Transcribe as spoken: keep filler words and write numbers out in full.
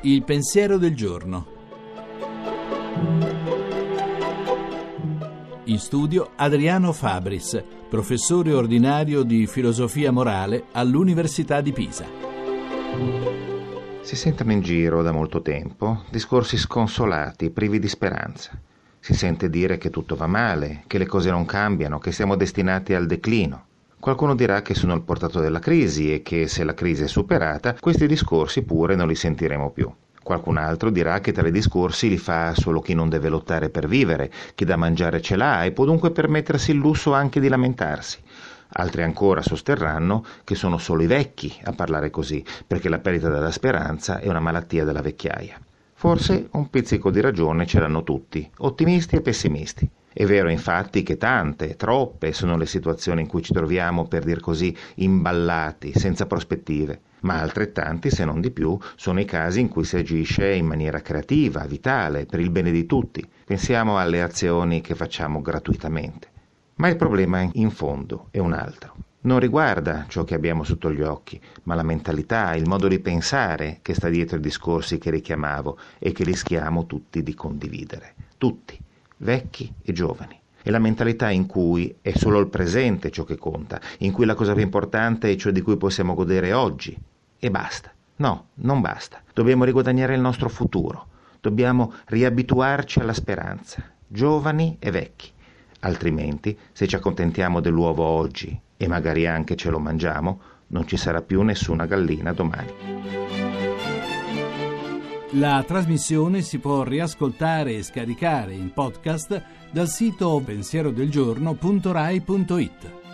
Il pensiero del giorno. In studio Adriano Fabris, professore ordinario di filosofia morale all'Università di Pisa. Si sentono in giro da molto tempo discorsi sconsolati, privi di speranza. Si sente dire che tutto va male, che le cose non cambiano, che siamo destinati al declino. Qualcuno dirà che sono il portatore della crisi e che se la crisi è superata, questi discorsi pure non li sentiremo più. Qualcun altro dirà che tali discorsi li fa solo chi non deve lottare per vivere, chi da mangiare ce l'ha e può dunque permettersi il lusso anche di lamentarsi. Altri ancora sosterranno che sono solo i vecchi a parlare così, perché la perdita della speranza è una malattia della vecchiaia. Forse un pizzico di ragione ce l'hanno tutti, ottimisti e pessimisti. È vero infatti che tante, troppe sono le situazioni in cui ci troviamo, per dir così, imballati, senza prospettive, ma altrettanti, se non di più, sono i casi in cui si agisce in maniera creativa, vitale, per il bene di tutti. Pensiamo alle azioni che facciamo gratuitamente. Ma il problema, in fondo, è un altro. Non riguarda ciò che abbiamo sotto gli occhi, ma la mentalità, il modo di pensare che sta dietro i discorsi che richiamavo e che rischiamo tutti di condividere. Tutti. Vecchi e giovani. È la mentalità in cui è solo il presente ciò che conta, in cui la cosa più importante è ciò di cui possiamo godere oggi. E basta. No, non basta. Dobbiamo riguadagnare il nostro futuro. Dobbiamo riabituarci alla speranza, giovani e vecchi. Altrimenti, se ci accontentiamo dell'uovo oggi e magari anche ce lo mangiamo, non ci sarà più nessuna gallina domani. La trasmissione si può riascoltare e scaricare in podcast dal sito pensierodelgiorno punto rai punto it.